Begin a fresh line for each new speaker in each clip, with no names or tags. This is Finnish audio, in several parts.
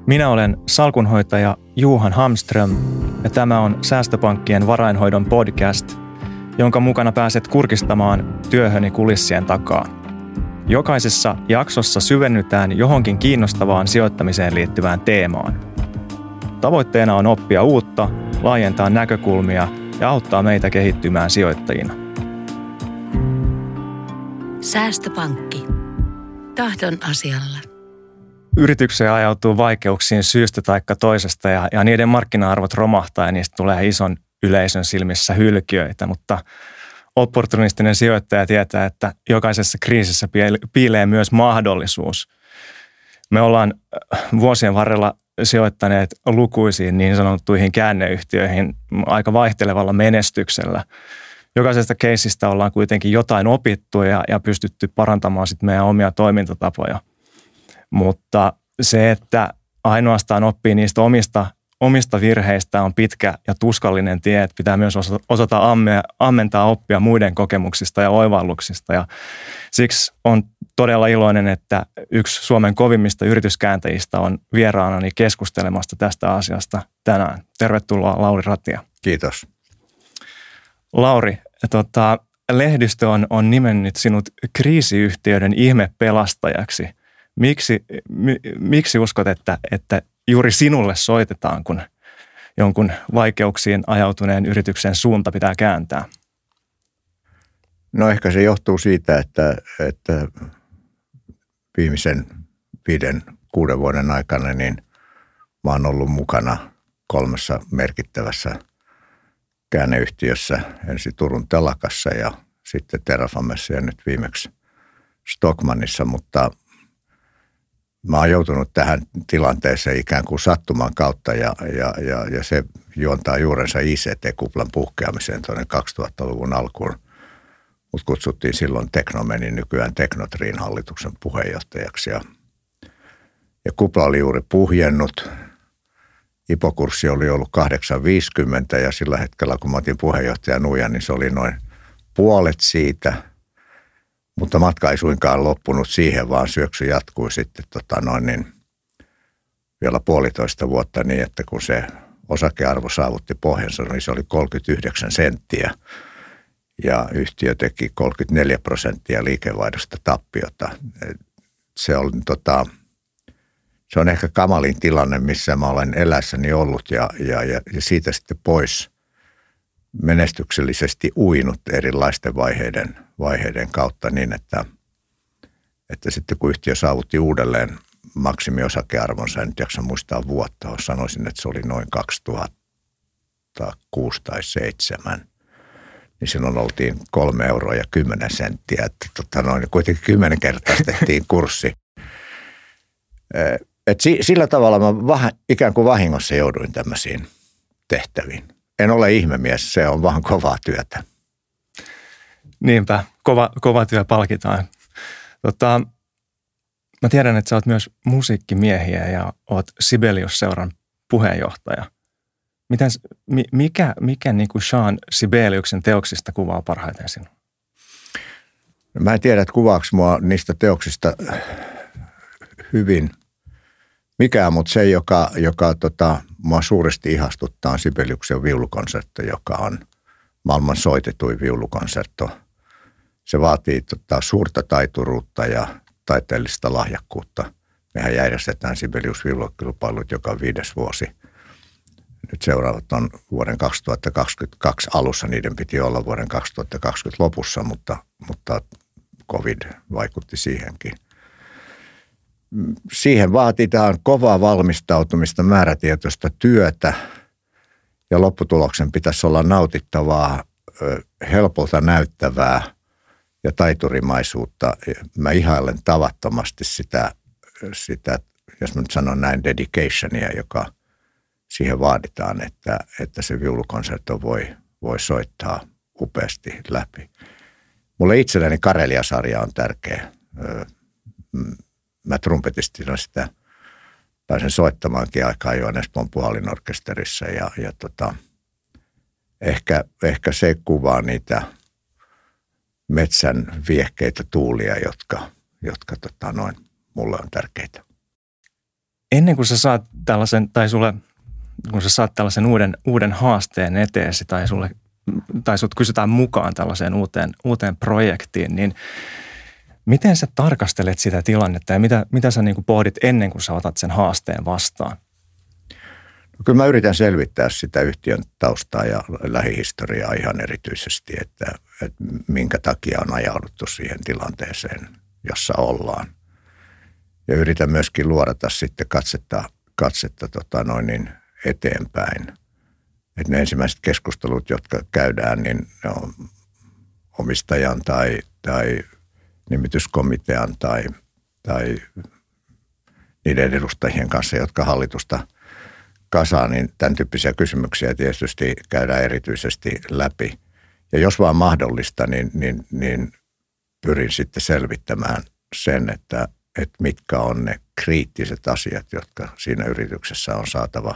Minä olen salkunhoitaja Johan Hamström ja tämä on Säästöpankkien varainhoidon podcast, jonka mukana pääset kurkistamaan työhöni kulissien takaa. Jokaisessa jaksossa syvennytään johonkin kiinnostavaan sijoittamiseen liittyvään teemaan. Tavoitteena on oppia uutta, laajentaa näkökulmia ja auttaa meitä kehittymään sijoittajina.
Säästöpankki. Tahdon asialla.
Yrityksiä ajautuu vaikeuksiin syystä tai toisesta ja niiden markkina-arvot romahtaa ja niistä tulee ison yleisön silmissä hylkiöitä, mutta opportunistinen sijoittaja tietää, että jokaisessa kriisissä piilee myös mahdollisuus. Me ollaan vuosien varrella sijoittaneet lukuisiin niin sanottuihin käänneyhtiöihin aika vaihtelevalla menestyksellä. Jokaisesta keissistä ollaan kuitenkin jotain opittu ja pystytty parantamaan sit meidän omia toimintatapoja. Mutta se, että ainoastaan oppii niistä omista virheistä on pitkä ja tuskallinen tie, että pitää myös osata ammentaa oppia muiden kokemuksista ja oivalluksista. Ja siksi on todella iloinen, että yksi Suomen kovimmista yrityskääntäjistä on vieraanani keskustelemasta tästä asiasta tänään. Tervetuloa Lauri Ratia.
Kiitos.
Lauri, lehdistö on nimennyt sinut kriisiyhtiöiden ihmepelastajaksi. Miksi uskot, että juuri sinulle soitetaan, kun jonkun vaikeuksiin ajautuneen yrityksen suunta pitää kääntää?
No ehkä se johtuu siitä, että viimeisen 5-6 vuoden aikana niin mä oon ollut mukana 3 merkittävässä käänneyhtiössä, ensin Turun telakassa ja sitten Terrafamessa ja nyt viimeksi Stockmannissa, mutta mä oon joutunut tähän tilanteeseen ikään kuin sattuman kautta ja se juontaa juurensa ICT-kuplan puhkeamiseen tuonne 2000-luvun alkuun. Mut kutsuttiin silloin Teknomenin, nykyään Teknotriin hallituksen puheenjohtajaksi ja kupla oli juuri puhjennut. IPO-kurssi oli ollut 8,50 ja sillä hetkellä kun mä otin puheenjohtajan nuijan, niin se oli noin puolet siitä. Mutta matka ei suinkaan loppunut siihen, vaan syöksy jatkui sitten vielä 1,5 vuotta niin, että kun se osakearvo saavutti pohjansa, niin se oli 39 senttiä ja yhtiö teki 34% liikevaihdosta tappiota. Se on ehkä kamalin tilanne, missä mä olen elässäni ollut ja siitä sitten pois menestyksellisesti uinut erilaisten vaiheiden kautta niin, että sitten kun yhtiö saavutti uudelleen maksimiosakearvonsa, en nyt jaksa muistaa vuotta, sanoisin, että se oli noin 2006 tai 2007, niin silloin oltiin 3,10 €, että kuitenkin 10-kertaistettiin kurssi. Sillä tavalla mä ikään kuin vahingossa jouduin tämmöisiin tehtäviin. En ole ihmemies, se on vaan kovaa työtä.
Niinpä, kova työ palkitaan. Mä tiedän, että sä oot myös musiikkimiehiä ja oot Sibelius-seuran puheenjohtaja. Mikä niin kuin Jean Sibeliuksen teoksista kuvaa parhaiten sinua?
Mä en tiedä, että kuvaako mua niistä teoksista hyvin mikään, mutta se, joka mua suuresti ihastuttaa, on Sibeliuksen viulukonsertto, joka on maailman soitetuin viulukonsertto. Se vaatii suurta taituruutta ja taiteellista lahjakkuutta. Mehän järjestetään Sibelius-viulukilpailut joka 5. vuosi. Nyt seuraavat on vuoden 2022 alussa, niiden piti olla vuoden 2020 lopussa, mutta COVID vaikutti siihenkin. Siihen vaatitaan kovaa valmistautumista, määrätietoista työtä ja lopputuloksen pitäisi olla nautittavaa, helpolta näyttävää ja taiturimaisuutta. Mä ihailen tavattomasti sitä, jos mä nyt sanon näin, dedicationia, joka siihen vaaditaan, että se viulukonsertto voi soittaa upeasti läpi. Mulle itselleni Karelia-sarja on tärkeä. Mä trumpetistina sitä pääsen soittamaankin aikaa ajoin Espoon puhallinorkesterissa ja ehkä se kuvaa niitä metsän viehkeitä tuulia, jotka mulle on tärkeitä.
ennen kuin sä saat tällaisen, kun sä saat tällaisen uuden haasteen eteesi tai sut kysytään mukaan tällaiseen uuteen projektiin, niin miten sä tarkastelet sitä tilannetta ja mitä sä niin kuin pohdit ennen kuin sä otat sen haasteen vastaan?
No, kyllä mä yritän selvittää sitä yhtiön taustaa ja lähihistoriaa ihan erityisesti, että minkä takia on ajauduttu siihen tilanteeseen, jossa ollaan. Ja yritän myöskin luodata sitten katsetta eteenpäin. Että ne ensimmäiset keskustelut, jotka käydään, niin ne on omistajan tai nimityskomitean tai niiden edustajien kanssa, jotka hallitusta kasaa, niin tämän tyyppisiä kysymyksiä tietysti käydään erityisesti läpi. Ja jos vaan mahdollista, niin pyrin sitten selvittämään sen, että mitkä on ne kriittiset asiat, jotka siinä yrityksessä on saatava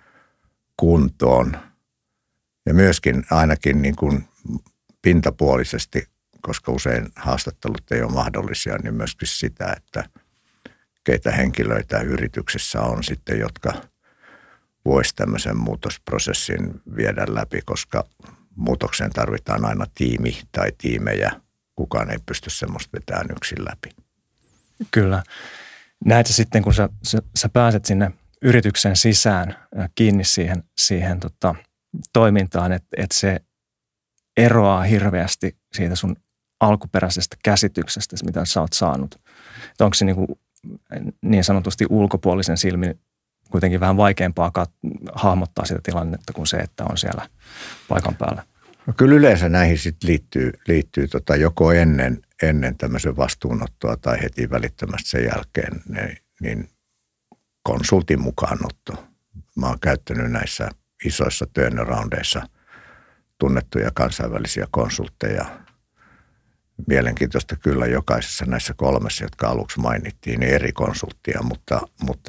kuntoon. Ja myöskin ainakin niin kuin pintapuolisesti, koska usein haastattelut ei ole mahdollisia, niin myöskin sitä, että keitä henkilöitä yrityksessä on sitten, jotka voisi tämmöisen muutosprosessin viedä läpi, koska muutokseen tarvitaan aina tiimi tai tiimejä. Kukaan ei pysty semmoista vetämään yksin läpi. Kyllä.
Näet sä sitten, kun sä pääset sinne yrityksen sisään kiinni siihen toimintaan, että se eroaa hirveästi siitä sun alkuperäisestä käsityksestä, mitä sä oot saanut. Että onko se niin sanotusti ulkopuolisen silmin kuitenkin vähän vaikeampaa hahmottaa sitä tilannetta kuin se, että on siellä paikan päällä?
No kyllä yleensä näihin sitten liittyy joko ennen tämmöisen vastuunottoa tai heti välittömästi sen jälkeen niin konsultin mukaanotto. Mä oon käyttänyt näissä isoissa turnaroundeissa tunnettuja kansainvälisiä konsultteja. Mielenkiintoista kyllä jokaisessa näissä 3, jotka aluksi mainittiin, niin eri konsulttia, mutta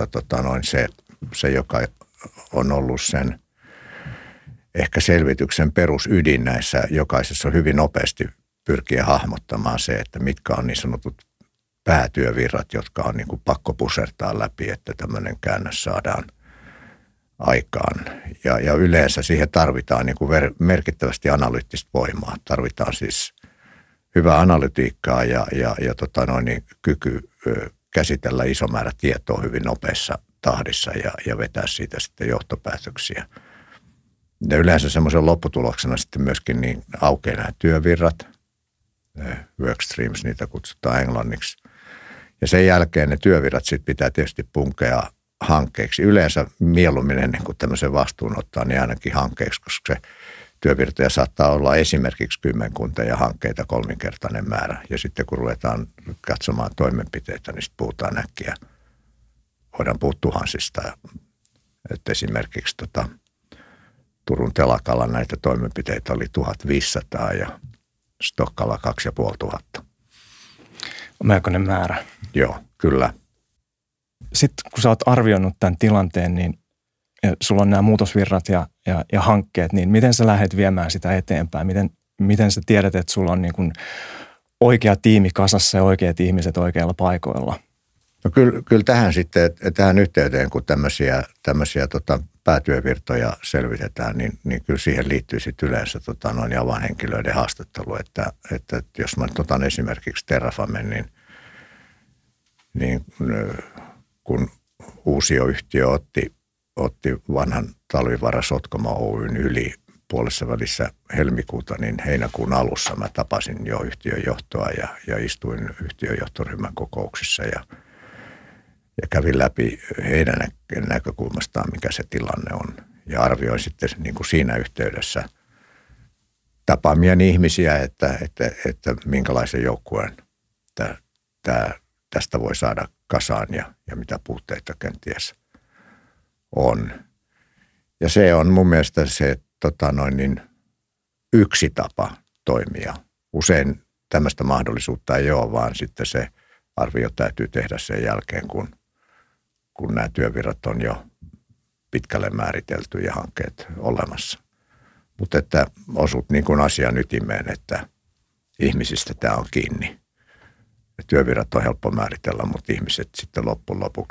se, joka on ollut sen ehkä selvityksen perusydin näissä jokaisessa on hyvin nopeasti pyrkiä hahmottamaan se, että mitkä on niin sanotut päätyövirrat, jotka on niin kuin pakko pusertaa läpi, että tämmöinen käännös saadaan aikaan. Ja yleensä siihen tarvitaan niin kuin merkittävästi analyyttistä voimaa. Tarvitaan siis hyvää analytiikkaa ja kyky käsitellä iso määrä tietoa hyvin nopeassa tahdissa ja vetää siitä sitten johtopäätöksiä. Ja yleensä semmoisen lopputuloksena sitten myöskin niin aukeaa nämä työvirrat, workstreams, niitä kutsutaan englanniksi. Ja sen jälkeen ne työvirrat sitten pitää tietysti punkea hankkeeksi. Yleensä mieluummin ennen kuin tämmöisen vastuun ottaa, niin ainakin hankkeeksi, koska se työvirtoja saattaa olla esimerkiksi 10 ja hankkeita 3-kertainen määrä. Ja sitten kun ruvetaan katsomaan toimenpiteitä, niin sitten puhutaan äkkiä. Voidaan puhua tuhansista. Että esimerkiksi Turun telakalla näitä toimenpiteitä oli 1500 ja Stokkalla 2500.
Melkoinen määrä.
Joo, kyllä.
Sitten kun sä oot arvioinut tämän tilanteen, niin sulla on nämä muutosvirrat ja hankkeet, niin miten sä lähdet viemään sitä eteenpäin? Miten sä tiedät, että sulla on niin kuin oikea tiimi kasassa ja oikeat ihmiset oikeilla paikoilla?
No kyllä tähän yhteyteen, kun tämmöisiä päätyövirtoja selvitetään, niin kyllä siihen liittyy sitten yleensä avainhenkilöiden haastattelu, että jos mä otan esimerkiksi Terrafamen, niin kun uusioyhtiö otti vanhan Talvivaara Sotkamo Oyn yli puolessa välissä helmikuuta, niin heinäkuun alussa mä tapasin jo yhtiön johtoa ja istuin yhtiön johtoryhmän kokouksissa ja kävin läpi heidän näkökulmastaan, mikä se tilanne on. Ja arvioin sitten niin kuin siinä yhteydessä tapaamien ihmisiä, että minkälaisen joukkueen tästä voi saada kasaan ja mitä puutteita kenties on. Ja se on mun mielestä se yksi tapa toimia. Usein tämmöistä mahdollisuutta ei ole, vaan sitten se arvio täytyy tehdä sen jälkeen, kun nämä työvirrat on jo pitkälle määritelty ja hankkeet olemassa. Mutta että osut niin kuin asian ytimeen, että ihmisistä tämä on kiinni. Työvirrat on helppo määritellä, mutta ihmiset sitten loppujen lopuksi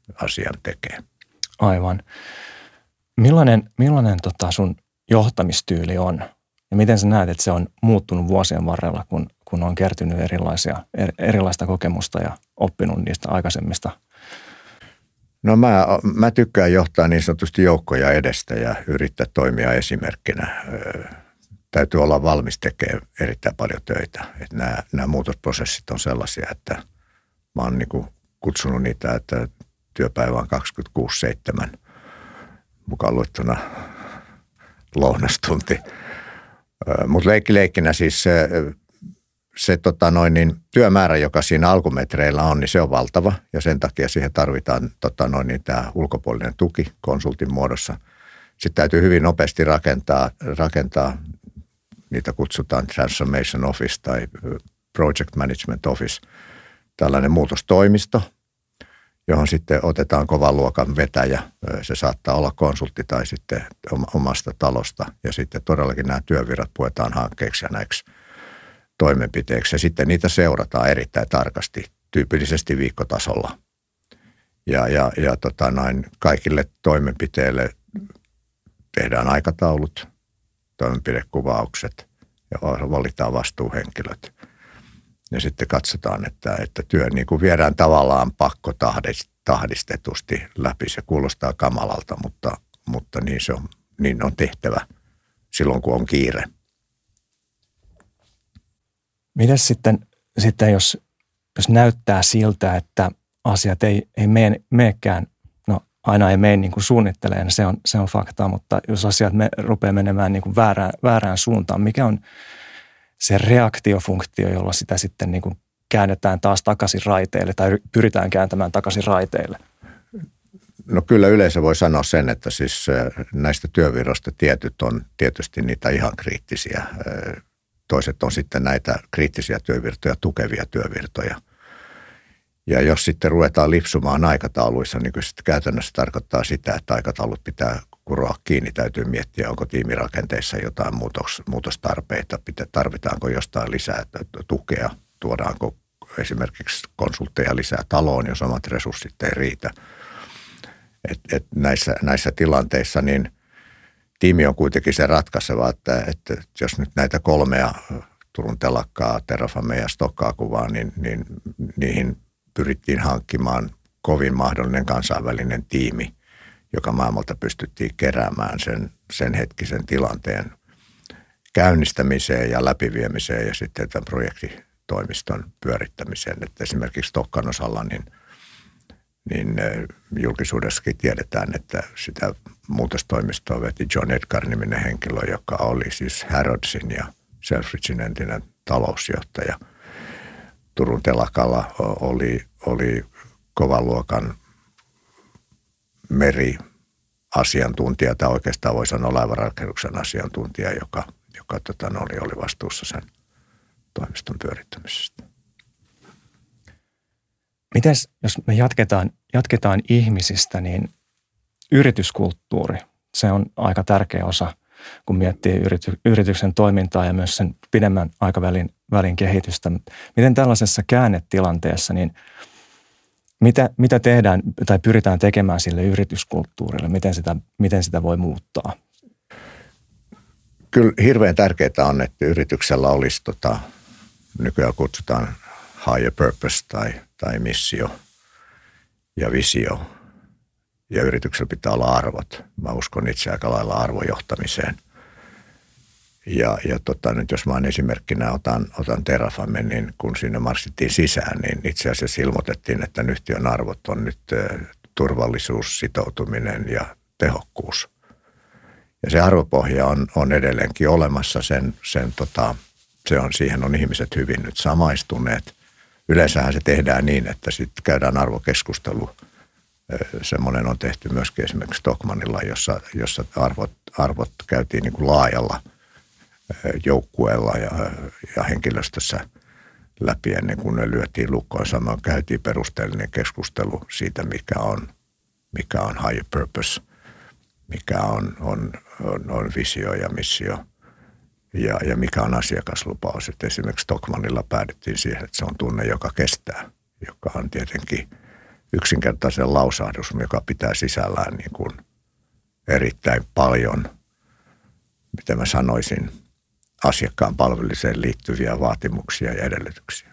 asian tekee.
Aivan. Millainen sun johtamistyyli on? Ja miten sä näet, että se on muuttunut vuosien varrella, kun on kertynyt erilaista kokemusta ja oppinut niistä aikaisemmista?
No mä tykkään johtaa niin sanotusti joukkoja edestä ja yrittää toimia esimerkkinä. Täytyy olla valmis tekemään erittäin paljon töitä. Että nämä muutosprosessit on sellaisia, että mä oon niin kuin kutsunut niitä, että työpäivä on 26/7 mukaan luettuna lounastunti. Mutta leikkinä siis se työmäärä, joka siinä alkumetreillä on, niin se on valtava ja sen takia siihen tarvitaan tämä ulkopuolinen tuki konsultin muodossa. Sitten täytyy hyvin nopeasti rakentaa, niitä kutsutaan Transformation Office tai Project Management Office, tällainen muutostoimisto, johon sitten otetaan kovan luokan vetäjä. Se saattaa olla konsultti tai sitten omasta talosta ja sitten todellakin nämä työvirrat puetaan hankkeeksi ja näiksi toimenpiteeksi ja sitten niitä seurataan erittäin tarkasti, tyypillisesti viikkotasolla. Ja kaikille toimenpiteille tehdään aikataulut, toimenpidekuvaukset ja valitaan vastuuhenkilöt. Ja sitten katsotaan, että työ niin kuin viedään tavallaan pakkotahdistetusti läpi. Se kuulostaa kamalalta, mutta niin on tehtävä silloin, kun on kiire.
Mites sitten jos näyttää siltä, että asiat ei meekään, no aina ei mene niin kuin suunnittelee, se on faktaa, mutta jos asiat rupeaa menemään niin kuin väärään suuntaan, mikä on se reaktiofunktio, jolla sitä sitten niin kuin käännetään taas takaisin raiteille tai pyritään kääntämään takaisin raiteille?
No kyllä yleensä voi sanoa sen, että siis näistä työvirroista tietyt on tietysti niitä ihan kriittisiä. Toiset on sitten näitä kriittisiä työvirtoja, tukevia työvirtoja. Ja jos sitten ruvetaan lipsumaan aikatauluissa, niin kyllä sitten käytännössä tarkoittaa sitä, että aikataulut pitää kuroa kiinni. Täytyy miettiä, onko tiimirakenteissa jotain muutostarpeita, tarvitaanko jostain lisää tukea, tuodaanko esimerkiksi konsultteja lisää taloon, jos omat resurssit ei riitä. Näissä tilanteissa niin tiimi on kuitenkin se ratkaiseva, että jos nyt näitä 3 Turun telakkaa, Terrafamea ja Stokkaa kuvaa, niin niihin pyrittiin hankkimaan kovin mahdollinen kansainvälinen tiimi, joka maailmalta pystyttiin keräämään sen hetkisen tilanteen käynnistämiseen ja läpiviemiseen ja sitten tämän projektitoimiston pyörittämiseen. Että esimerkiksi Stokkan osalla niin julkisuudessakin tiedetään, että sitä muutostoimistoa veti John Edgar-niminen henkilö, joka oli siis Harrodsin ja Selfridgein entinen talousjohtaja. Turun telakalla oli kovan luokan meriasiantuntija, tai oikeastaan voi sanoa laivanrakennuksen asiantuntija, joka oli vastuussa sen toimiston pyörittämisestä.
Mites, jos me jatketaan ihmisistä, niin yrityskulttuuri, se on aika tärkeä osa, kun miettii yrityksen toimintaa ja myös sen pidemmän aikavälin kehitystä. Miten tällaisessa käännetilanteessa, niin mitä tehdään tai pyritään tekemään sille yrityskulttuurille? Miten sitä voi muuttaa?
Kyllä hirveän tärkeää on, että yrityksellä olisi, nykyään kutsutaan higher purpose tai missio ja visio. Ja yrityksellä pitää olla arvot. Mä uskon itse aika lailla arvojohtamiseen. Ja nyt jos mä esimerkkinä otan Terrafamen, niin kun sinne marssittiin sisään, niin itse asiassa ilmoitettiin, että yhtiön arvot on nyt turvallisuus, sitoutuminen ja tehokkuus. Ja se arvopohja on edelleenkin olemassa. Siihen on ihmiset hyvin nyt samaistuneet. Yleensähän se tehdään niin, että sitten käydään arvokeskustelu. Semmoinen on tehty myöskin esimerkiksi Stockmannilla, jossa arvot käytiin niin kuin laajalla joukkueella ja henkilöstössä läpi ennen kuin ne lyötiin lukkoon. Samoin käytiin perusteellinen keskustelu siitä, mikä on higher purpose, mikä on visio ja missio ja mikä on asiakaslupaus. Että esimerkiksi Stockmannilla päädyttiin siihen, että se on tunne, joka kestää, joka on tietenkin yksinkertaisen lausahdus, joka pitää sisällään niin kuin erittäin paljon, mitä mä sanoisin, asiakkaan palvelukseen liittyviä vaatimuksia ja edellytyksiä.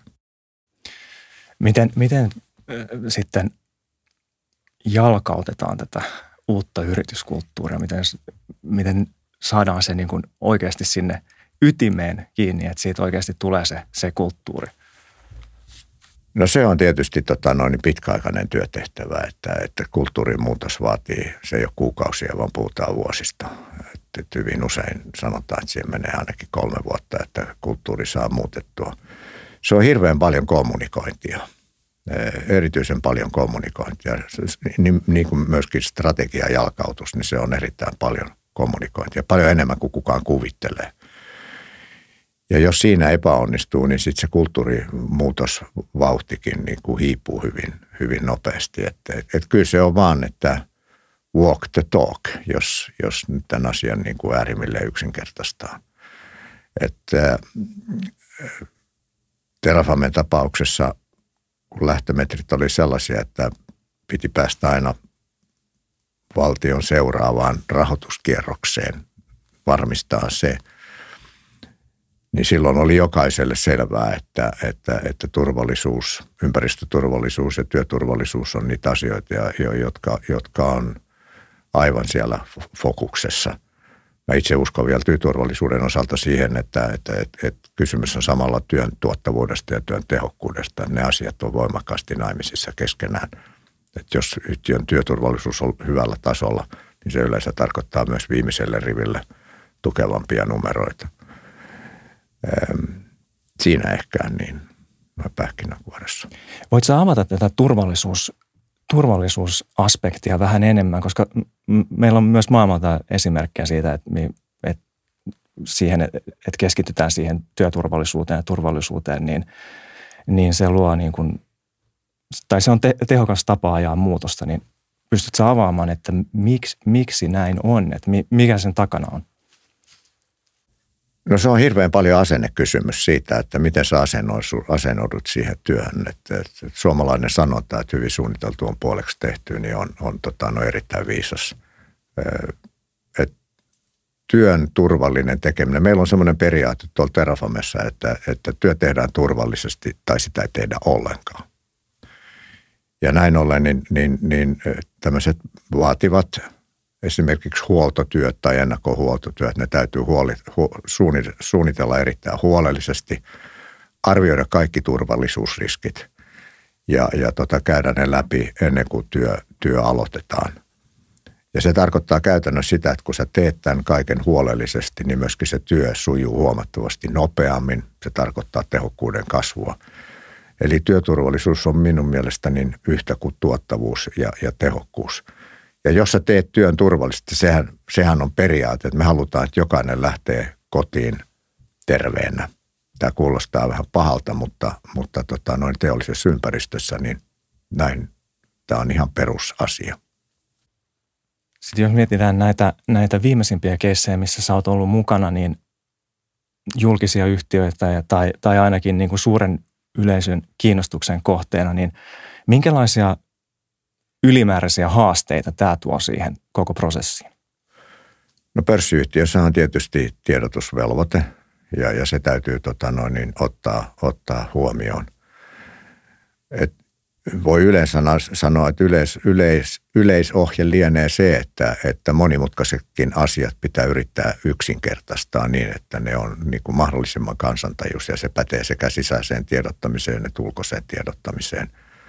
Miten sitten jalkautetaan tätä uutta yrityskulttuuria? Miten saadaan se niin kuin oikeasti sinne ytimeen kiinni, että siitä oikeasti tulee se kulttuuri?
No se on tietysti pitkäaikainen työtehtävä, että kulttuurin muutos vaatii, se ei ole kuukausia, vaan puhutaan vuosista. Että hyvin usein sanotaan, että siihen menee ainakin 3 vuotta, että kulttuuri saa muutettua. Se on hirveän paljon kommunikointia, erityisen paljon kommunikointia, niin kuin myöskin strategiajalkautus, niin se on erittäin paljon kommunikointia, paljon enemmän kuin kukaan kuvittelee. Ja jos siinä epäonnistuu, niin sitten se kulttuurimuutosvauhtikin niin kuin hiipuu hyvin, hyvin nopeasti. Että kyllä se on vaan, että walk the talk, jos nyt tämän asian niin kuin äärimmilleen yksinkertaistaa. Että Terrafamen tapauksessa, kun lähtömetrit oli sellaisia, että piti päästä aina valtion seuraavaan rahoituskierrokseen, varmistaa se, niin silloin oli jokaiselle selvää, että turvallisuus, ympäristöturvallisuus ja työturvallisuus on niitä asioita, jotka on aivan siellä fokuksessa. Mä itse uskon vielä työturvallisuuden osalta siihen, että kysymys on samalla työn tuottavuudesta ja työn tehokkuudesta. Ne asiat on voimakkaasti naimisissa keskenään. Että jos yhtiön työturvallisuus on hyvällä tasolla, niin se yleensä tarkoittaa myös viimeiselle riville tukevampia numeroita. Siinä ehkä niin pähkinänkuoressa.
Voitko sä avata tätä turvallisuusaspektia vähän enemmän, koska meillä on myös maailmalta esimerkkejä siitä, että keskitytään siihen työturvallisuuteen ja turvallisuuteen, niin se luo niin kuin, tai se on tehokas tapa ajaa muutosta, niin pystytkö sä avaamaan, että miksi näin on, että mikä sen takana on?
No se on hirveän paljon asennekysymys siitä, että miten sä asennoidut siihen työhön. Että suomalainen sanonta, että hyvin suunniteltu on puoleksi tehty, niin on erittäin viisas. Työn turvallinen tekeminen. Meillä on semmoinen periaate tuolla Terrafamessa, että työ tehdään turvallisesti tai sitä ei tehdä ollenkaan. Ja näin ollen niin tämmöiset vaativat esimerkiksi huoltotyöt tai ennakkohuoltotyöt, ne täytyy suunnitella erittäin huolellisesti, arvioida kaikki turvallisuusriskit ja käydä ne läpi ennen kuin työ aloitetaan. Ja se tarkoittaa käytännössä sitä, että kun sä teet tämän kaiken huolellisesti, niin myöskin se työ sujuu huomattavasti nopeammin. Se tarkoittaa tehokkuuden kasvua. Eli työturvallisuus on minun mielestäni yhtä kuin tuottavuus ja tehokkuus. Ja jos sä teet työn turvallisesti, sehän on periaate, että me halutaan, että jokainen lähtee kotiin terveenä. Tämä kuulostaa vähän pahalta, mutta noin teollisessa ympäristössä, niin näin tämä on ihan perusasia.
Sitten jos mietitään näitä viimeisimpiä keissejä, missä sä oot ollut mukana, niin julkisia yhtiöitä tai ainakin niin kuin suuren yleisön kiinnostuksen kohteena, niin minkälaisia ylimääräisiä haasteita tämä tuo siihen koko prosessiin?
No pörssiyhtiössä on tietysti tiedotusvelvoite ja se täytyy ottaa huomioon. Voi yleensä sanoa, että yleisohje lienee se, että monimutkaisetkin asiat pitää yrittää yksinkertaistaa niin, että ne on niin kuin mahdollisimman kansantajuisia. Se pätee sekä sisäiseen tiedottamiseen että ulkoiseen tiedottamiseen.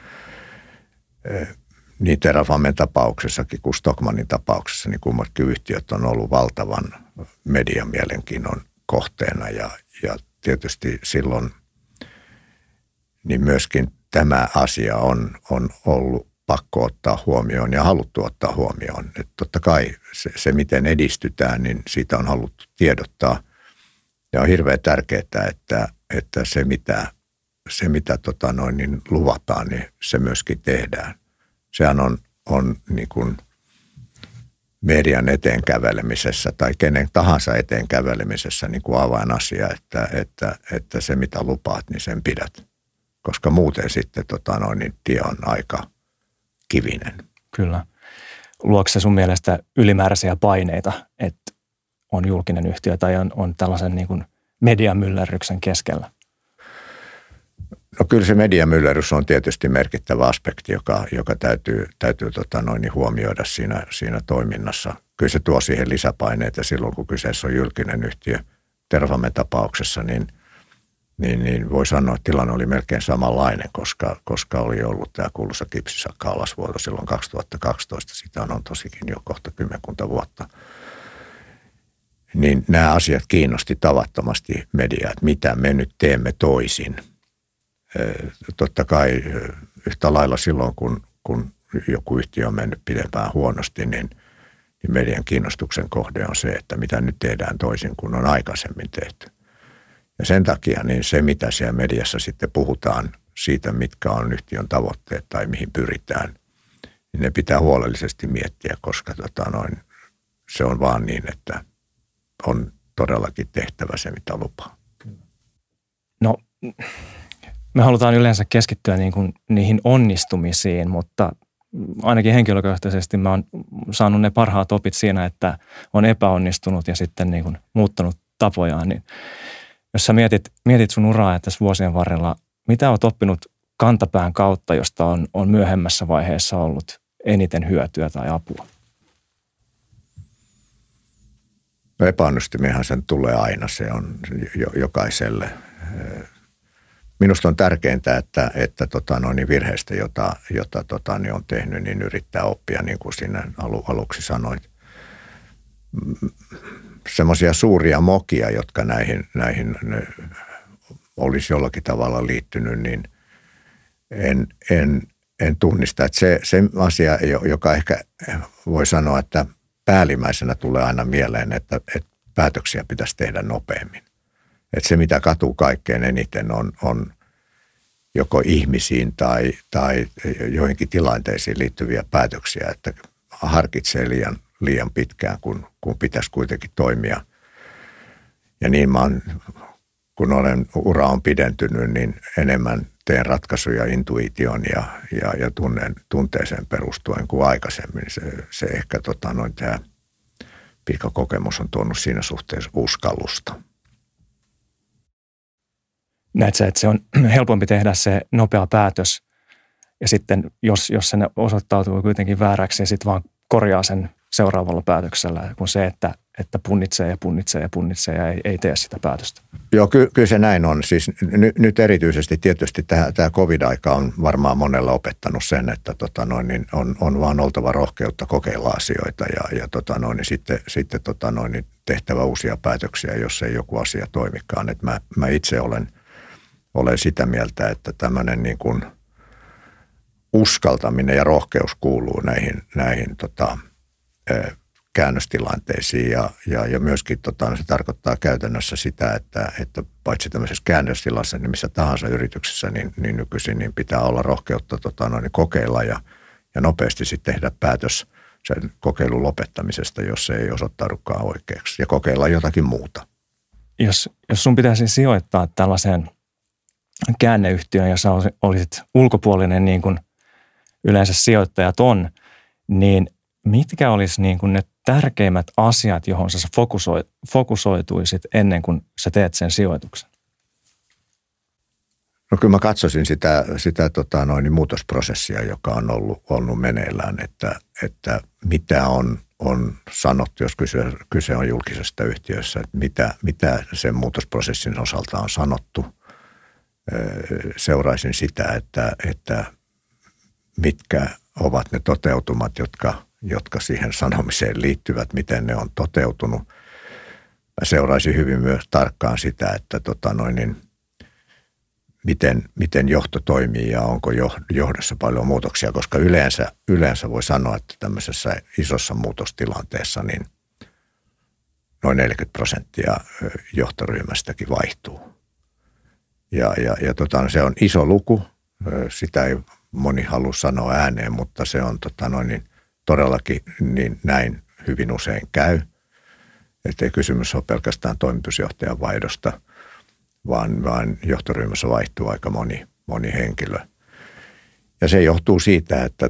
Niin Terrafamen tapauksessakin kuin Stockmannin tapauksessa, niin kummatkin yhtiöt on ollut valtavan mediamielenkiinnon kohteena ja tietysti silloin niin myöskin tämä asia on ollut pakko ottaa huomioon ja haluttu ottaa huomioon. Että totta kai se, miten edistytään, niin siitä on haluttu tiedottaa. Ja on hirveän tärkeää, että se mitä niin luvataan, niin se myöskin tehdään. Sehän on niin kuin median eteen kävelemisessä tai kenen tahansa eteen kävelemisessä niin kuin avainasia, että se mitä lupaat, niin sen pidät. Koska muuten sitten niin tie on kivinen.
Kyllä. Luoko se sun mielestä ylimääräisiä paineita, että on julkinen yhtiö tai on tällaisen niin kuin mediamyllerryksen keskellä?
No kyllä se mediamyllerrys on tietysti merkittävä aspekti, joka täytyy huomioida siinä toiminnassa. Kyllä se tuo siihen lisäpaineita silloin, kun kyseessä on julkinen yhtiö. Terrafamen tapauksessa, niin voi sanoa, että tilanne oli melkein samanlainen, koska oli ollut tämä kuuluisa kipsisakka-alasvuoto silloin 2012. Sitä on tosikin jo kohta 10 vuotta. Niin nämä asiat kiinnosti tavattomasti mediaa, että mitä me nyt teemme toisin. Totta kai yhtä lailla silloin, kun joku yhtiö on mennyt pidempään huonosti, niin median kiinnostuksen kohde on se, että mitä nyt tehdään toisin kuin on aikaisemmin tehty. Ja sen takia niin se, mitä siellä mediassa sitten puhutaan siitä, mitkä on yhtiön tavoitteet tai mihin pyritään, niin ne pitää huolellisesti miettiä, koska se on vaan niin, että on todellakin tehtävä se, mitä lupaa.
No, me halutaan yleensä keskittyä niin kuin niihin onnistumisiin, mutta ainakin henkilökohtaisesti mä oon saanut ne parhaat opit siinä, että on epäonnistunut ja sitten niin kuin muuttanut tapojaan. Niin jos sä mietit sun uraa tässä vuosien varrella, mitä oot oppinut kantapään kautta, josta on myöhemmässä vaiheessa ollut eniten hyötyä tai apua?
No epäonnistumiahan sen tulee aina, se on jokaiselle. Minusta on tärkeintä, että virheistä, jota on tehnyt, niin yrittää oppia, niin kuin sinä aluksi sanoit. Semmoisia suuria mokia, jotka näihin olisi jollakin tavalla liittynyt, niin en tunnista. Että se asia, joka ehkä voi sanoa, että päällimmäisenä tulee aina mieleen, että päätöksiä pitäisi tehdä nopeammin. Että se, mitä katuu kaikkein eniten, on joko ihmisiin tai joihinkin tilanteisiin liittyviä päätöksiä, että harkitsee liian pitkään, kun pitäisi kuitenkin toimia. Ja niin kun ura on pidentynyt, niin enemmän teen ratkaisuja intuition ja tunteeseen perustuen kuin aikaisemmin. Se ehkä tämä pitkä kokemus on tuonut siinä suhteessa uskallusta.
Näet sä, että se on helpompi tehdä se nopea päätös ja sitten jos se osoittautuu kuitenkin vääräksi ja sitten vaan korjaa sen seuraavalla päätöksellä, kuin se, että punnitsee ja ei tee sitä päätöstä.
Joo, kyllä se näin on. Siis nyt erityisesti tietysti tämä covid-aika on varmaan monella opettanut sen, että on vaan oltava rohkeutta kokeilla asioita ja sitten tehtävä uusia päätöksiä, jos ei joku asia toimikaan. Et mä itse olen sitä mieltä, että tämmöinen niin kuin uskaltaminen ja rohkeus kuuluu näihin käännöstilanteisiin ja myöskin se tarkoittaa käytännössä sitä, että paitsi tämmöisessä käännöstilassa, niin missä tahansa yrityksessä, niin nykyisin niin pitää olla rohkeutta kokeilla ja nopeasti sitten tehdä päätös sen kokeilun lopettamisesta, jos se ei osoittaudukaan oikeaksi ja kokeilla jotakin muuta.
Jos sun pitäisi sijoittaa tällaiseen käänneyhtiöön, ja sä olisit ulkopuolinen niin kuin yleensä sijoittajat on, niin mitkä olisi niin kuin ne tärkeimmät asiat, johon sä fokusoituisit ennen kuin sä teet sen sijoituksen?
No kyllä mä katsoisin sitä muutosprosessia, joka on ollut meneillään, että mitä on sanottu, jos kyse on julkisesta yhtiössä, että mitä sen muutosprosessin osalta on sanottu. Seuraisin sitä, että mitkä ovat ne toteutumat, jotka siihen sanomiseen liittyvät, miten ne on toteutunut. Mä seuraisin hyvin myös tarkkaan sitä, että miten johto toimii ja onko johdossa paljon muutoksia, koska yleensä voi sanoa, että tämmöisessä isossa muutostilanteessa niin noin 40% johtoryhmästäkin vaihtuu. Ja se on iso luku, sitä ei moni halua sanoa ääneen, mutta se on todellakin niin näin hyvin usein käy. Että ei kysymys ole pelkästään toimitusjohtajan vaihdosta, vaan johtoryhmässä vaihtuu aika moni henkilö. Ja se johtuu siitä, että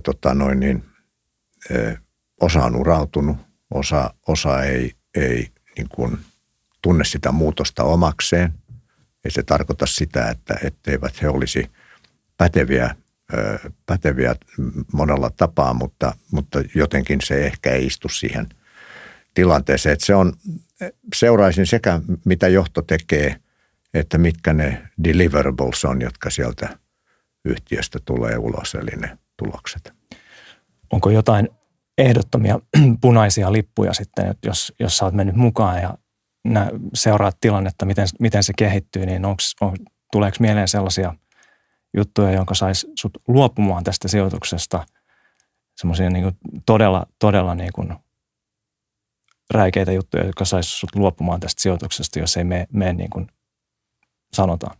osa on urautunut, osa ei niin kuin tunne sitä muutosta omakseen. Ei se tarkoita sitä, että etteivät he olisi päteviä monella tapaa, mutta jotenkin se ehkä ei istu siihen tilanteeseen. Että seuraisin sekä mitä johto tekee, että mitkä ne deliverables on, jotka sieltä yhtiöstä tulee ulos, eli ne tulokset.
Onko jotain ehdottomia punaisia lippuja sitten, jos sä oot mennyt mukaan ja seuraat tilannetta, miten se kehittyy, niin tuleeko mieleen sellaisia juttuja, jonka sais sut luopumaan tästä sijoituksesta, semmoisia niin kuin todella niin kuin räikeitä juttuja, jotka sais sut luopumaan tästä sijoituksesta, jos ei mene niin kuin sanotaan?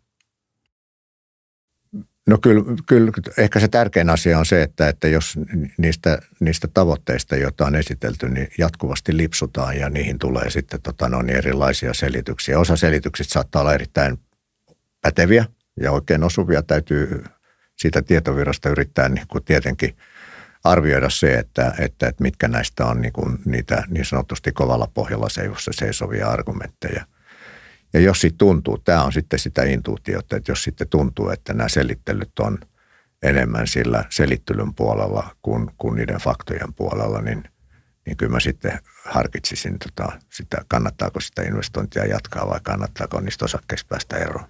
No kyllä ehkä se tärkein asia on se, että jos niistä tavoitteista, joita on esitelty, niin jatkuvasti lipsutaan ja niihin tulee sitten erilaisia selityksiä. Osa selityksistä saattaa olla erittäin päteviä ja oikein osuvia. Täytyy siitä tietovirrasta yrittää niin kuin tietenkin arvioida se, että mitkä näistä on niin kuin niitä niin sanotusti kovalla pohjalla seisovia argumentteja. Ja jos sitten tuntuu, tämä on sitten sitä intuitiota, että jos sitten tuntuu, että nämä selittelyt on enemmän sillä selittelyn puolella kuin niiden faktojen puolella, niin kyllä mä sitten harkitsisin sitä, kannattaako sitä investointia jatkaa vai kannattaako niistä osakkeista päästä eroon.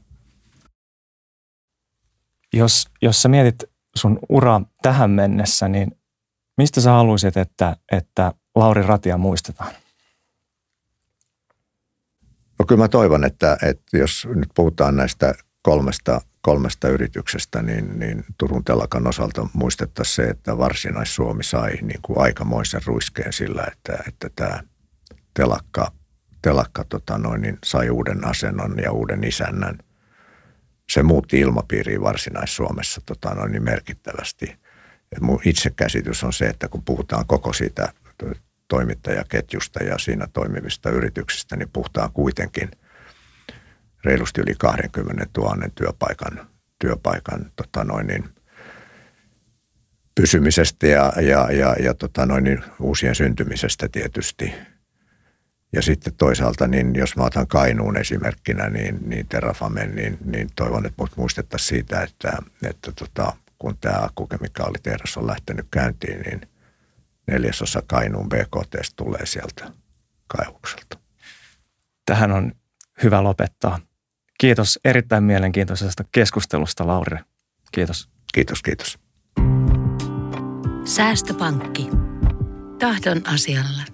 Jos sä mietit sun uraa tähän mennessä, niin mistä sä haluaisit, että Lauri Ratia muistetaan?
No kyllä mä toivon, että jos nyt puhutaan näistä kolmesta yrityksestä, niin Turun telakan osalta muistettaisiin se, että Varsinais-Suomi sai niin kuin aikamoisen ruiskeen sillä, että tämä telakka sai uuden asennon ja uuden isännän. Se muutti ilmapiiriä Varsinais-Suomessa merkittävästi. Et mun itsekäsitys on se, että kun puhutaan koko siitä toimittajaketjusta ja siinä toimivista yrityksistä, niin puhutaan kuitenkin reilusti yli 20 000 työpaikan pysymisestä ja uusien syntymisestä tietysti. Ja sitten toisaalta, niin jos mä otan Kainuun esimerkkinä, niin Terrafamen, niin toivon, että muistettaisiin siitä, että kun tämä akkukemikaalitehdas on lähtenyt käyntiin, niin 4% Kainuun BKT:stä tulee sieltä kaivukselta.
Tähän on hyvä lopettaa. Kiitos erittäin mielenkiintoisesta keskustelusta, Lauri. Kiitos.
Kiitos.
Säästöpankki. Tahdon asialla.